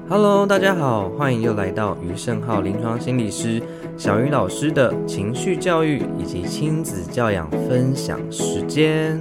Hello， 大家好，欢迎又来到余胜浩临床心理师小鱼老师的情绪教育以及亲子教养分享时间。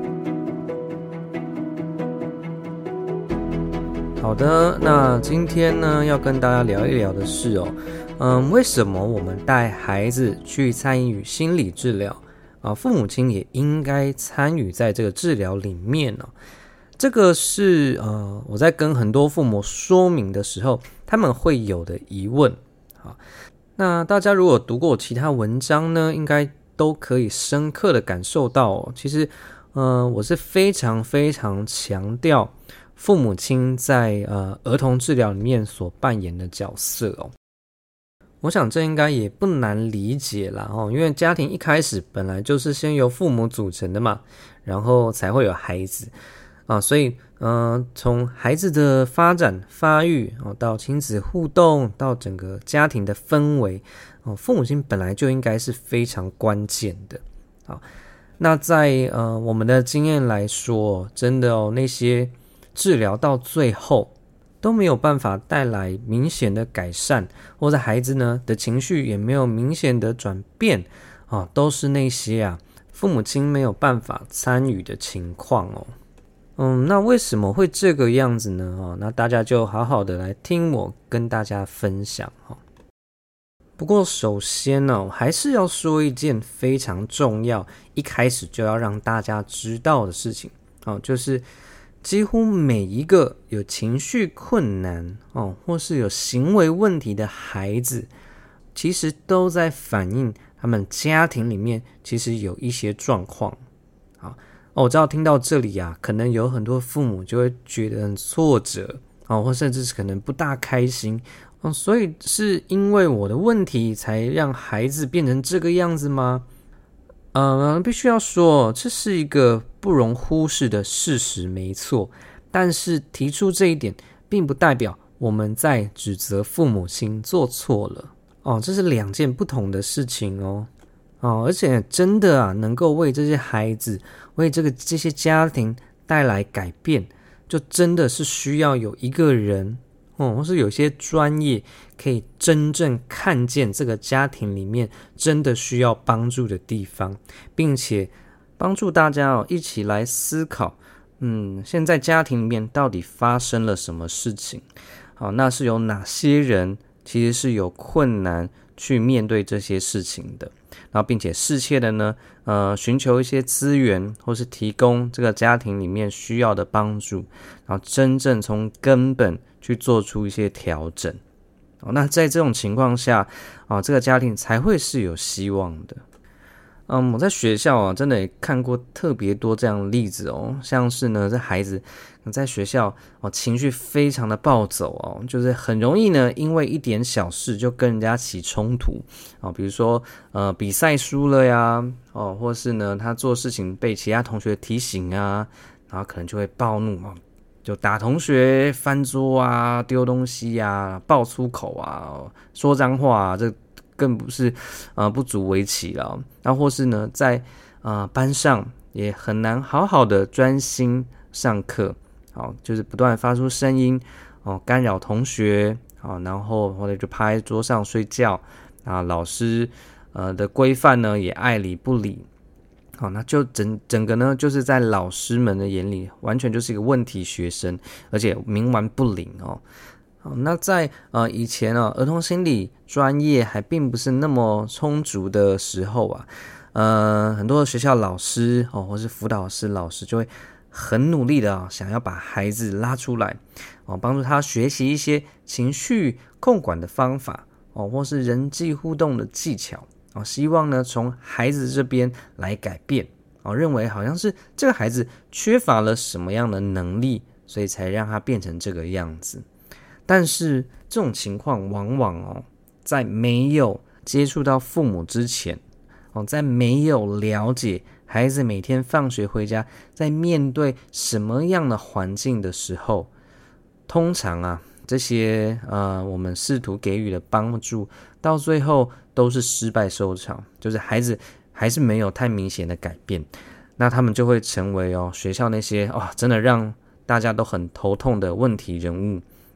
好的，那今天呢要跟大家聊一聊的是为什么我们带孩子去参与心理治疗父母亲也应该参与在这个治疗里面这个是我在跟很多父母说明的时候，他们会有的疑问。那大家如果读过其他文章呢，应该都可以深刻的感受到其实我是非常非常强调父母亲在儿童治疗里面所扮演的角色我想这应该也不难理解啦因为家庭一开始本来就是先由父母组成的嘛，然后才会有孩子所以从孩子的发展发育到亲子互动到整个家庭的氛围父母亲本来就应该是非常关键的那在我们的经验来说真的那些治疗到最后都没有办法带来明显的改善，或者孩子呢的情绪也没有明显的转变都是那些父母亲没有办法参与的情况那为什么会这个样子呢那大家就好好的来听我跟大家分享不过首先还是要说一件非常重要一开始就要让大家知道的事情就是几乎每一个有情绪困难或是有行为问题的孩子其实都在反映他们家庭里面其实有一些状况我知道听到这里可能有很多父母就会觉得很挫折或甚至是可能不大开心所以是因为我的问题才让孩子变成这个样子吗？必须要说这是一个不容忽视的事实没错，但是提出这一点并不代表我们在指责父母亲做错了这是两件不同的事情而且真的能够为这些孩子为这些家庭带来改变，就真的是需要有一个人或是有些专业可以真正看见这个家庭里面真的需要帮助的地方，并且帮助大家一起来思考现在家庭里面到底发生了什么事情那是有哪些人其实是有困难去面对这些事情的，然后并且适切的呢寻求一些资源或是提供这个家庭里面需要的帮助，然后真正从根本去做出一些调整那在这种情况下这个家庭才会是有希望的我在学校真的也看过特别多这样的例子像是呢这孩子在学校情绪非常的暴走就是很容易呢因为一点小事就跟人家起冲突比如说比赛输了呀或是呢他做事情被其他同学提醒然后可能就会暴怒就打同学、翻桌丢东西爆粗口说脏话这更不是不足为奇了那或是呢在班上也很难好好的专心上课就是不断发出声音干扰同学然后或者就趴在桌上睡觉老师的规范呢也爱理不理那就整个呢就是在老师们的眼里完全就是一个问题学生，而且冥顽不灵那在以前儿童心理专业还并不是那么充足的时候很多学校老师或是辅导师老师就会很努力的想要把孩子拉出来帮助他学习一些情绪控管的方法或是人际互动的技巧希望呢从孩子这边来改变认为好像是这个孩子缺乏了什么样的能力，所以才让他变成这个样子。但是这种情况往往在没有接触到父母之前在没有了解孩子每天放学回家在面对什么样的环境的时候，通常这些我们试图给予的帮助到最后都是失败收场，就是孩子还是没有太明显的改变，那他们就会成为学校那些真的让大家都很头痛的问题人物，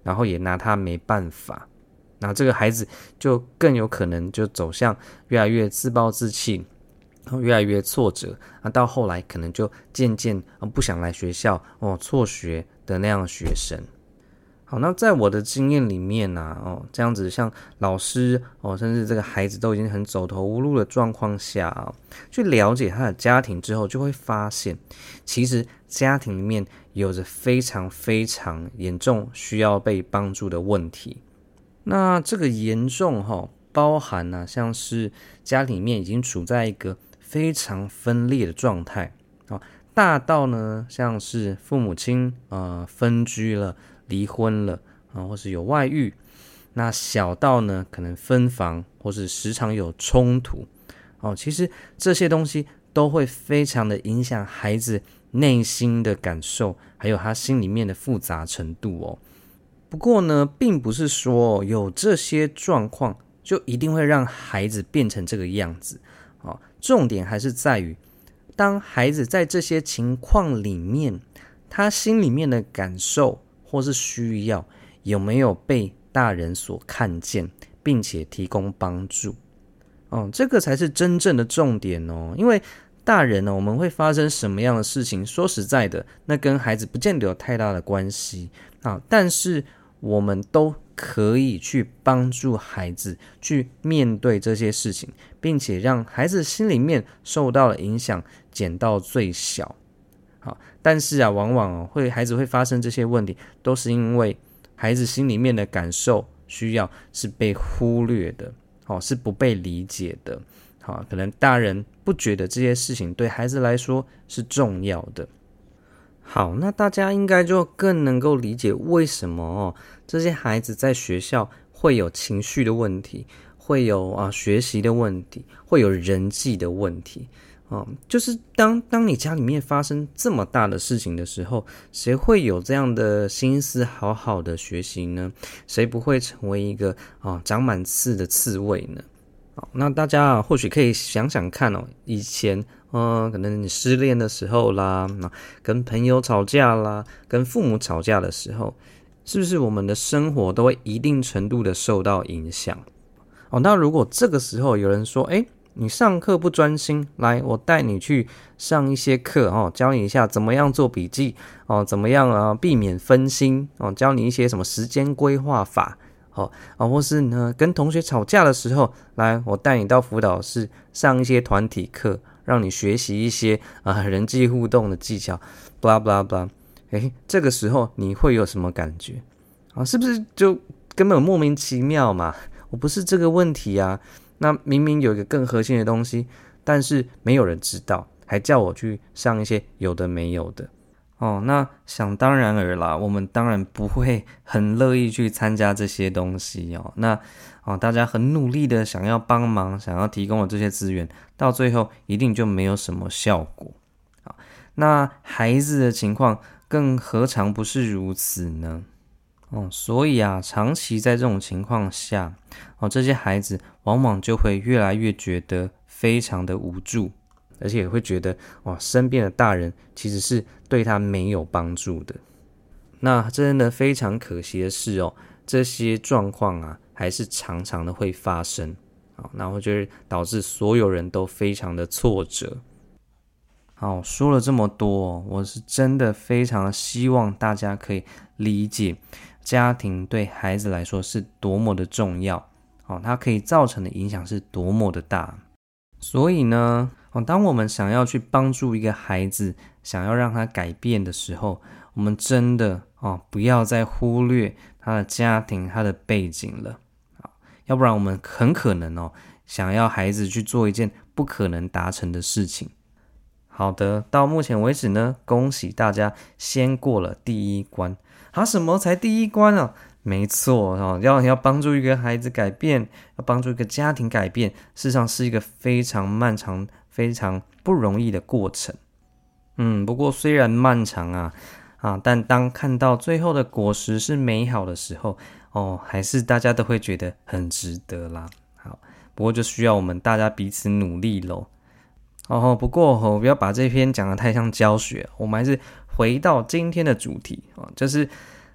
然后也拿他没办法，那这个孩子就更有可能就走向越来越自暴自弃，越来越挫折，到后来可能就渐渐不想来学校辍学的那样的学生。好，那在我的经验里面这样子像老师甚至这个孩子都已经很走投无路的状况下去了解他的家庭之后，就会发现其实家庭里面有着非常非常严重需要被帮助的问题。那这个严重包含像是家里面已经处在一个非常分裂的状态，大到呢像是父母亲分居了，离婚了或是有外遇，那小到呢可能分房或是时常有冲突其实这些东西都会非常的影响孩子内心的感受，还有他心里面的复杂程度不过呢并不是说有这些状况就一定会让孩子变成这个样子重点还是在于当孩子在这些情况里面，他心里面的感受或是需要有没有被大人所看见，并且提供帮助这个才是真正的重点因为大人我们会发生什么样的事情，说实在的，那跟孩子不见得有太大的关系但是我们都可以去帮助孩子去面对这些事情，并且让孩子心里面受到的影响减到最小但是往往孩子会发生这些问题，都是因为孩子心里面的感受需要是被忽略的是不被理解的可能大人不觉得这些事情对孩子来说是重要的。好，那大家应该就更能够理解为什么这些孩子在学校会有情绪的问题，会有学习的问题，会有人际的问题就是当你家里面发生这么大的事情的时候，谁会有这样的心思好好的学习呢？谁不会成为一个长满刺的刺猬呢？那大家或许可以想想看以前可能你失恋的时候啦，跟朋友吵架啦，跟父母吵架的时候，是不是我们的生活都会一定程度的受到影响那如果这个时候有人说你上课不专心，来我带你去上一些课教你一下怎么样做笔记怎么样避免分心教你一些什么时间规划法或是呢跟同学吵架的时候，来我带你到辅导室上一些团体课，让你学习一些人际互动的技巧 blah blah blah 这个时候你会有什么感觉是不是就根本莫名其妙嘛？我不是这个问题那明明有一个更核心的东西，但是没有人知道，还叫我去上一些有的没有的那想当然尔啦，我们当然不会很乐意去参加这些东西那大家很努力的想要帮忙，想要提供的这些资源，到最后一定就没有什么效果那孩子的情况更何尝不是如此呢所以长期在这种情况下这些孩子往往就会越来越觉得非常的无助，而且也会觉得身边的大人其实是对他没有帮助的。那真的非常可惜的是这些状况还是常常的会发生然后就会导致所有人都非常的挫折。好，说了这么多我是真的非常希望大家可以理解家庭对孩子来说是多么的重要它可以造成的影响是多么的大。所以呢当我们想要去帮助一个孩子，想要让他改变的时候，我们真的不要再忽略他的家庭，他的背景了要不然我们很可能想要孩子去做一件不可能达成的事情。好的，到目前为止呢，恭喜大家先过了第一关什么才第一关没错要帮助一个孩子改变，要帮助一个家庭改变，事实上是一个非常漫长非常不容易的过程不过虽然漫长但当看到最后的果实是美好的时候还是大家都会觉得很值得啦。好，不过就需要我们大家彼此努力咯不过不要把这篇讲得太像教学，我们还是回到今天的主题就是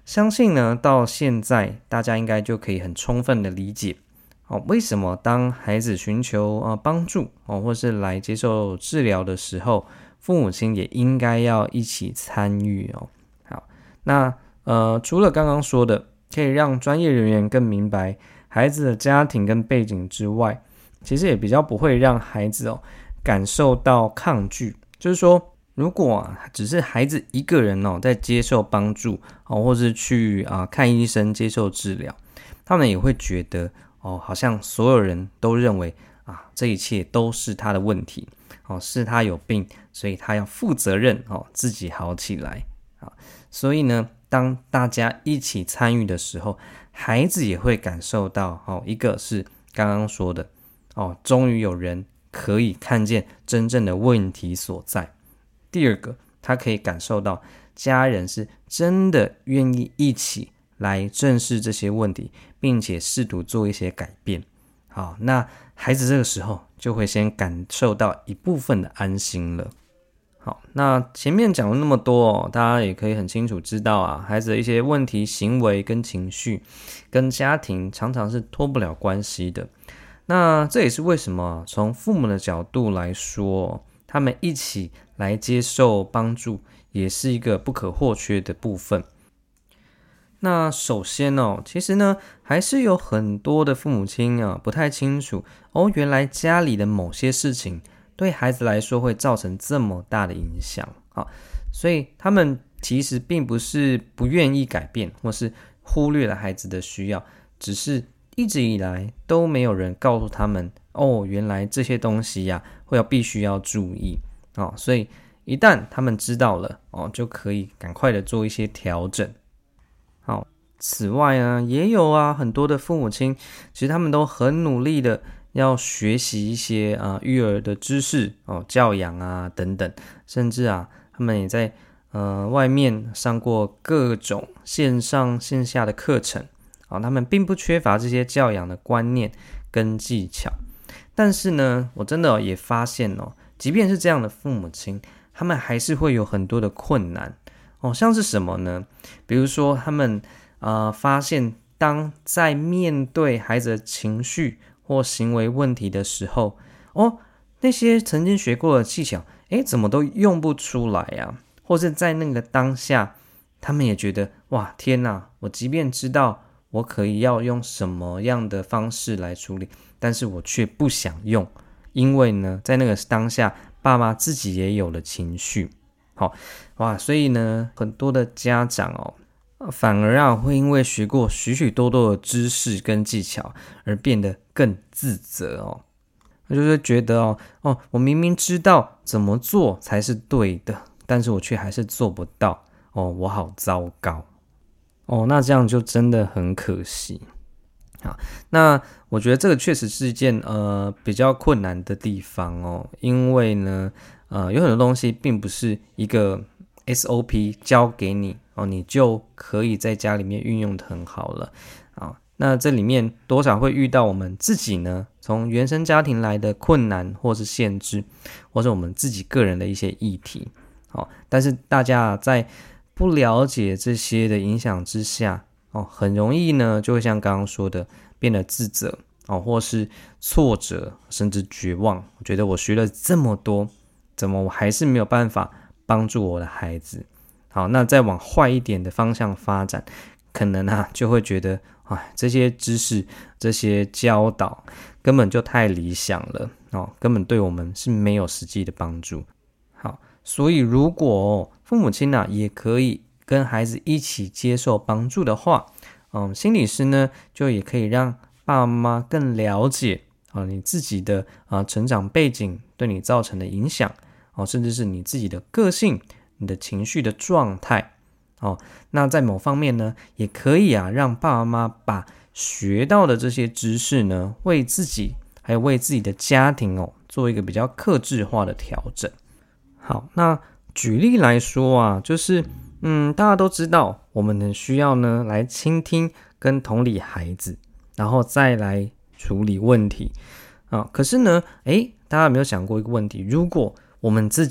相信呢，到现在大家应该就可以很充分的理解为什么当孩子寻求帮助或是来接受治疗的时候，父母亲也应该要一起参与好，那除了刚刚说的可以让专业人员更明白孩子的家庭跟背景之外，其实也比较不会让孩子感受到抗拒。就是说，如果只是孩子一个人在接受帮助或是去看医生接受治疗，他们也会觉得好像所有人都认为这一切都是他的问题是他有病，所以他要负责任自己好起来所以呢，当大家一起参与的时候，孩子也会感受到一个是刚刚说的终于有人可以看见真正的问题所在。第二个，他可以感受到家人是真的愿意一起来正视这些问题，并且试图做一些改变。好，那孩子这个时候就会先感受到一部分的安心了。好，那前面讲了那么多大家也可以很清楚知道孩子的一些问题行为跟情绪跟家庭常常是脱不了关系的。那这也是为什么从父母的角度来说，他们一起来接受帮助也是一个不可或缺的部分。那首先其实呢，还是有很多的父母亲不太清楚原来家里的某些事情对孩子来说会造成这么大的影响所以他们其实并不是不愿意改变，或是忽略了孩子的需要，只是一直以来都没有人告诉他们原来这些东西必须要注意所以一旦他们知道了就可以赶快的做一些调整。好，此外也有很多的父母亲，其实他们都很努力的要学习一些育儿的知识教养等等，甚至他们也在外面上过各种线上线下的课程他们并不缺乏这些教养的观念跟技巧。但是呢，我真的也发现即便是这样的父母亲，他们还是会有很多的困难像是什么呢？比如说他们发现当在面对孩子的情绪或行为问题的时候那些曾经学过的技巧怎么都用不出来或是在那个当下他们也觉得哇天哪，我即便知道我可以要用什么样的方式来处理，但是我却不想用，因为呢在那个当下爸妈自己也有了情绪所以呢很多的家长反而会因为学过许许多多的知识跟技巧而变得更自责就是觉得我明明知道怎么做才是对的，但是我却还是做不到我好糟糕那这样就真的很可惜。好，那我觉得这个确实是一件比较困难的地方因为呢有很多东西并不是一个 SOP 教给你你就可以在家里面运用得很好了那这里面多少会遇到我们自己呢从原生家庭来的困难或是限制，或是我们自己个人的一些议题但是大家在不了解这些的影响之下很容易呢就会像刚刚说的变得自责或是挫折甚至绝望。我觉得我学了这么多，怎么我还是没有办法帮助我的孩子？好，那再往坏一点的方向发展，可能就会觉得这些知识这些教导根本就太理想了根本对我们是没有实际的帮助。好，所以如果父母亲也可以跟孩子一起接受帮助的话心理师呢就也可以让爸爸妈妈更了解你自己的成长背景对你造成的影响甚至是你自己的个性你的情绪的状态那在某方面呢也可以让爸爸妈妈把学到的这些知识呢为自己还有为自己的家庭做一个比较客制化的调整。好，那举例来说就是大家都知道我们很需要呢来倾听跟同理孩子，然后再来处理问题可是呢大家有没有想过一个问题，如果我们自己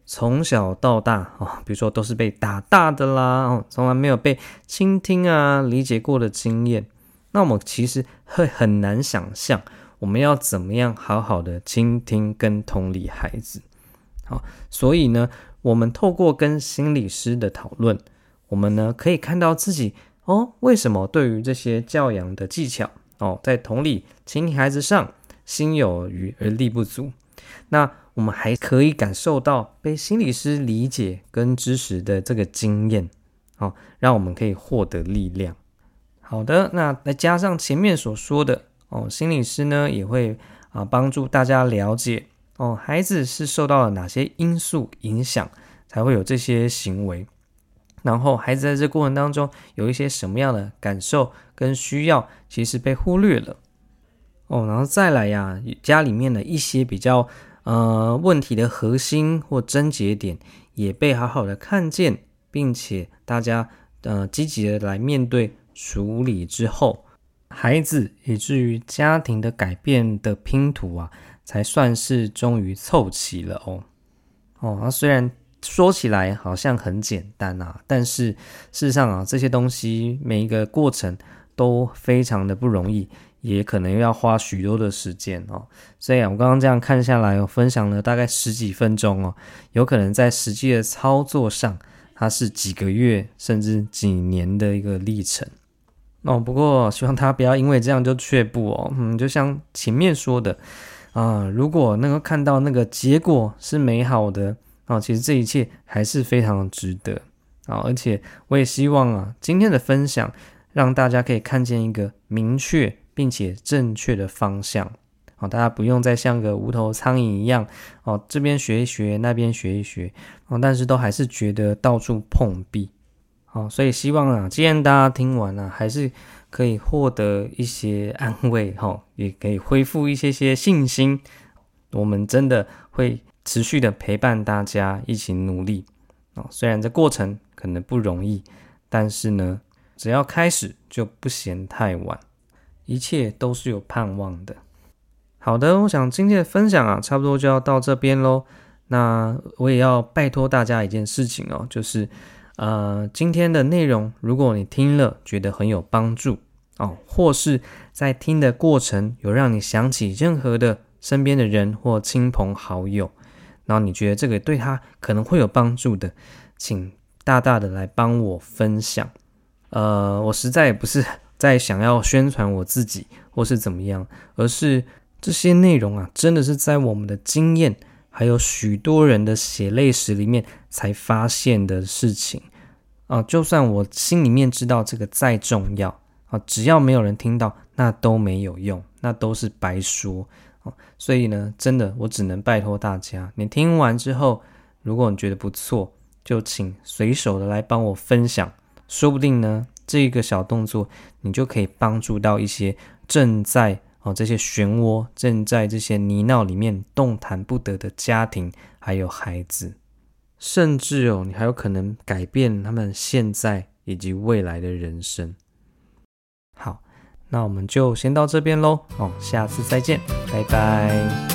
从小到大比如说都是被打大的啦，从来没有被倾听啊、理解过的经验，那我们其实会很难想象我们要怎么样好好的倾听跟同理孩子。好，所以呢，我们透过跟心理师的讨论，我们呢可以看到自己为什么对于这些教养的技巧在同理倾听孩子上心有余而力不足。那我们还可以感受到被心理师理解跟支持的这个经验，让我们可以获得力量。好的，那再加上前面所说的心理师呢也会帮助大家了解孩子是受到了哪些因素影响才会有这些行为，然后孩子在这过程当中有一些什么样的感受跟需要其实被忽略了然后再来家里面的一些比较问题的核心或症结点也被好好的看见，并且大家积极的来面对处理之后，孩子以至于家庭的改变的拼图才算是终于凑齐了虽然说起来好像很简单但是事实上这些东西每一个过程都非常的不容易，也可能要花许多的时间所以我刚刚这样看下来分享了大概10几分钟有可能在实际的操作上它是几个月甚至几年的一个历程不过希望他不要因为这样就却步就像前面说的如果能够看到那个结果是美好的其实这一切还是非常值得而且我也希望今天的分享让大家可以看见一个明确并且正确的方向大家不用再像个无头苍蝇一样这边学一学那边学一学但是都还是觉得到处碰壁所以希望既然大家听完还是可以获得一些安慰也可以恢复一些信心，我们真的会持续的陪伴大家一起努力虽然这过程可能不容易，但是呢只要开始就不嫌太晚，一切都是有盼望的。好的，我想今天的分享差不多就要到这边咯。那我也要拜托大家一件事情就是今天的内容如果你听了觉得很有帮助或是在听的过程有让你想起任何的身边的人或亲朋好友，然后你觉得这个对他可能会有帮助的，请大大的来帮我分享我实在也不是在想要宣传我自己或是怎么样，而是这些内容真的是在我们的经验还有许多人的血泪史里面才发现的事情就算我心里面知道这个再重要只要没有人听到，那都没有用，那都是白说所以呢真的我只能拜托大家，你听完之后如果你觉得不错，就请随手的来帮我分享，说不定呢这个小动作你就可以帮助到一些正在这些漩涡正在这些泥淖里面动弹不得的家庭还有孩子，甚至你还有可能改变他们现在以及未来的人生。好，那我们就先到这边咯下次再见，拜拜。